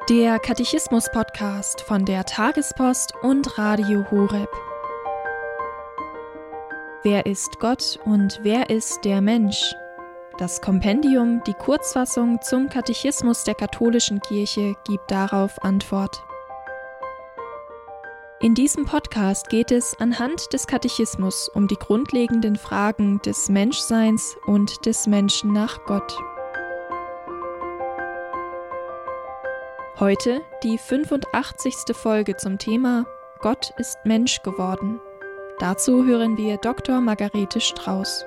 Der Katechismus-Podcast von der Tagespost und Radio Horeb. Wer ist Gott und wer ist der Mensch? Das Kompendium, die Kurzfassung zum Katechismus der katholischen Kirche, gibt darauf Antwort. In diesem Podcast geht es anhand des Katechismus um die grundlegenden Fragen des Menschseins und des Menschen nach Gott. Heute die 85. Folge zum Thema Gott ist Mensch geworden. Dazu hören wir Dr. Margarete Strauß.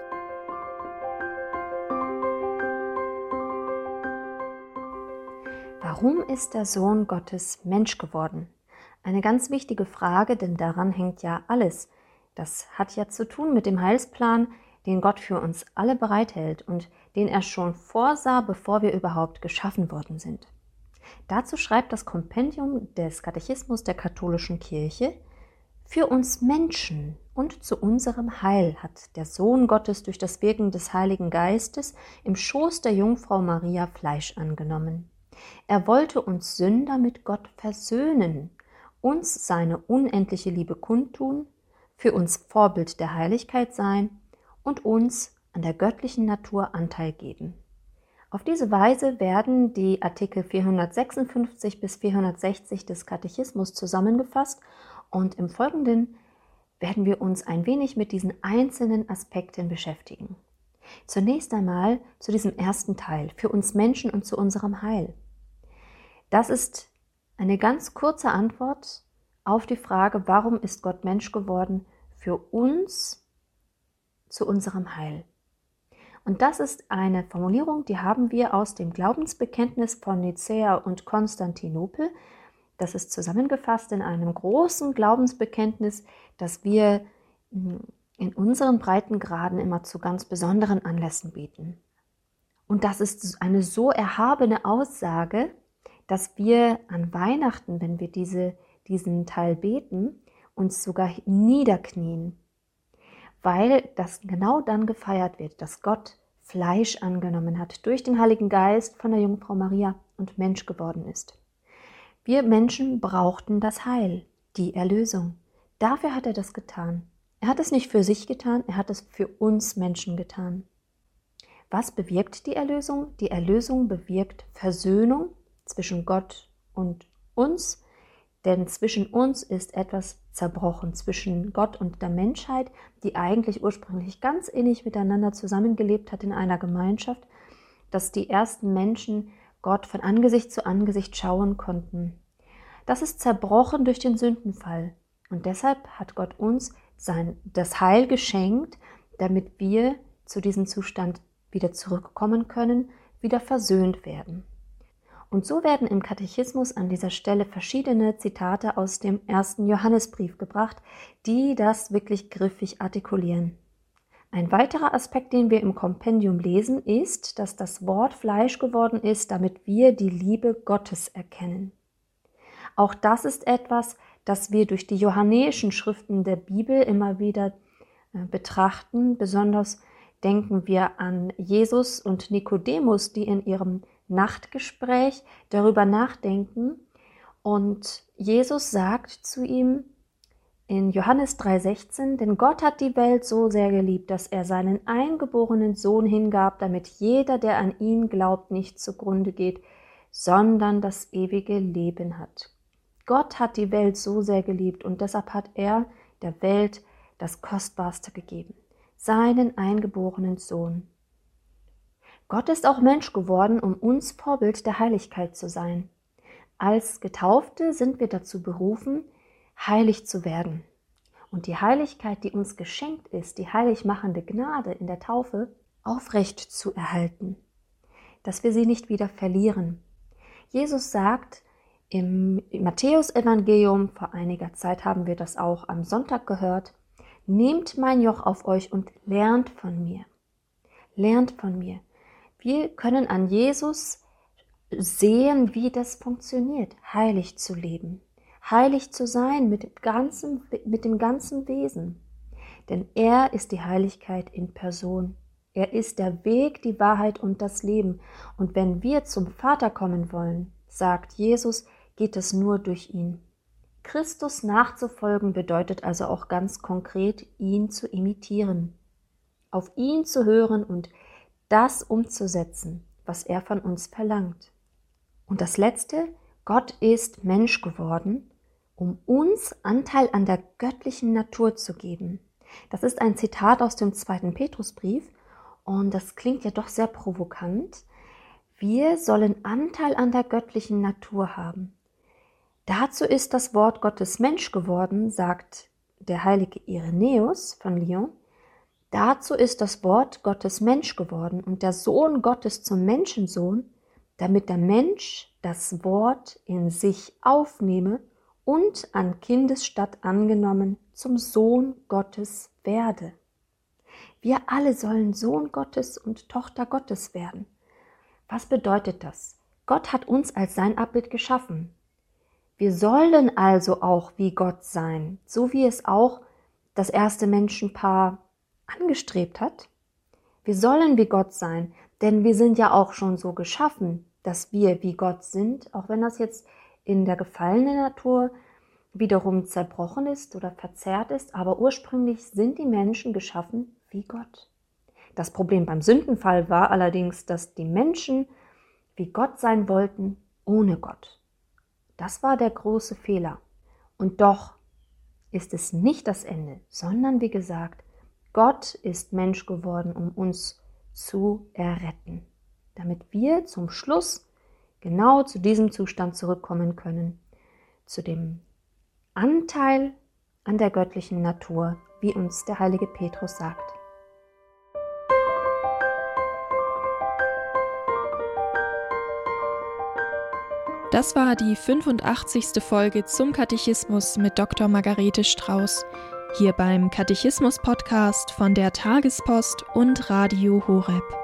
Warum ist der Sohn Gottes Mensch geworden? Eine ganz wichtige Frage, denn daran hängt ja alles. Das hat ja zu tun mit dem Heilsplan, den Gott für uns alle bereithält und den er schon vorsah, bevor wir überhaupt geschaffen worden sind. Dazu schreibt das Kompendium des Katechismus der katholischen Kirche: Für uns Menschen und zu unserem Heil hat der Sohn Gottes durch das Wirken des Heiligen Geistes im Schoß der Jungfrau Maria Fleisch angenommen. Er wollte uns Sünder mit Gott versöhnen, uns seine unendliche Liebe kundtun, für uns Vorbild der Heiligkeit sein und uns an der göttlichen Natur Anteil geben. Auf diese Weise werden die Artikel 456 bis 460 des Katechismus zusammengefasst und im Folgenden werden wir uns ein wenig mit diesen einzelnen Aspekten beschäftigen. Zunächst einmal zu diesem ersten Teil, für uns Menschen und zu unserem Heil. Das ist eine ganz kurze Antwort auf die Frage, warum ist Gott Mensch geworden? Für uns zu unserem Heil. Und das ist eine Formulierung, die haben wir aus dem Glaubensbekenntnis von Nicäa und Konstantinopel. Das ist zusammengefasst in einem großen Glaubensbekenntnis, das wir in unseren Breitengraden immer zu ganz besonderen Anlässen beten. Und das ist eine so erhabene Aussage, dass wir an Weihnachten, wenn wir diesen Teil beten, uns sogar niederknien, weil das genau dann gefeiert wird, dass Gott Fleisch angenommen hat durch den Heiligen Geist von der Jungfrau Maria und Mensch geworden ist. Wir Menschen brauchten das Heil, die Erlösung. Dafür hat er das getan. Er hat es nicht für sich getan, er hat es für uns Menschen getan. Was bewirkt die Erlösung? Die Erlösung bewirkt Versöhnung zwischen Gott und uns, denn zwischen uns ist etwas zerbrochen, zwischen Gott und der Menschheit, die eigentlich ursprünglich ganz innig miteinander zusammengelebt hat in einer Gemeinschaft, dass die ersten Menschen Gott von Angesicht zu Angesicht schauen konnten. Das ist zerbrochen durch den Sündenfall und deshalb hat Gott uns das Heil geschenkt, damit wir zu diesem Zustand wieder zurückkommen können, wieder versöhnt werden. Und so werden im Katechismus an dieser Stelle verschiedene Zitate aus dem 1. Johannesbrief gebracht, die das wirklich griffig artikulieren. Ein weiterer Aspekt, den wir im Kompendium lesen, ist, dass das Wort Fleisch geworden ist, damit wir die Liebe Gottes erkennen. Auch das ist etwas, das wir durch die johannäischen Schriften der Bibel immer wieder betrachten. Besonders denken wir an Jesus und Nikodemus, die in ihrem Nachtgespräch darüber nachdenken und Jesus sagt zu ihm in Johannes 3,16, denn Gott hat die Welt so sehr geliebt, dass er seinen eingeborenen Sohn hingab, damit jeder, der an ihn glaubt, nicht zugrunde geht, sondern das ewige Leben hat. Gott hat die Welt so sehr geliebt und deshalb hat er der Welt das Kostbarste gegeben, seinen eingeborenen Sohn. Gott ist auch Mensch geworden, um uns Vorbild der Heiligkeit zu sein. Als Getaufte sind wir dazu berufen, heilig zu werden. Und die Heiligkeit, die uns geschenkt ist, die heilig machende Gnade in der Taufe, aufrecht zu erhalten, dass wir sie nicht wieder verlieren. Jesus sagt im Matthäus-Evangelium, vor einiger Zeit haben wir das auch am Sonntag gehört, nehmt mein Joch auf euch und lernt von mir. Lernt von mir. Wir können an Jesus sehen, wie das funktioniert, heilig zu leben, heilig zu sein mit dem ganzen Wesen. Denn er ist die Heiligkeit in Person. Er ist der Weg, die Wahrheit und das Leben. Und wenn wir zum Vater kommen wollen, sagt Jesus, geht es nur durch ihn. Christus nachzufolgen bedeutet also auch ganz konkret, ihn zu imitieren, auf ihn zu hören und das umzusetzen, was er von uns verlangt. Und das Letzte, Gott ist Mensch geworden, um uns Anteil an der göttlichen Natur zu geben. Das ist ein Zitat aus dem 2. Petrusbrief und das klingt ja doch sehr provokant. Wir sollen Anteil an der göttlichen Natur haben. Dazu ist das Wort Gottes Mensch geworden, sagt der heilige Irenäus von Lyon. Dazu ist das Wort Gottes Mensch geworden und der Sohn Gottes zum Menschensohn, damit der Mensch das Wort in sich aufnehme und an Kindesstatt angenommen zum Sohn Gottes werde. Wir alle sollen Sohn Gottes und Tochter Gottes werden. Was bedeutet das? Gott hat uns als sein Abbild geschaffen. Wir sollen also auch wie Gott sein, so wie es auch das erste Menschenpaar angestrebt hat. Wir sollen wie Gott sein, denn wir sind ja auch schon so geschaffen, dass wir wie Gott sind, auch wenn das jetzt in der gefallenen Natur wiederum zerbrochen ist oder verzerrt ist, aber ursprünglich sind die Menschen geschaffen wie Gott. Das Problem beim Sündenfall war allerdings, dass die Menschen wie Gott sein wollten, ohne Gott. Das war der große Fehler. Und doch ist es nicht das Ende, sondern wie gesagt, Gott ist Mensch geworden, um uns zu erretten, damit wir zum Schluss genau zu diesem Zustand zurückkommen können, zu dem Anteil an der göttlichen Natur, wie uns der heilige Petrus sagt. Das war die 85. Folge zum Katechismus mit Dr. Margarete Strauß, hier beim Katechismus-Podcast von der Tagespost und Radio Horeb.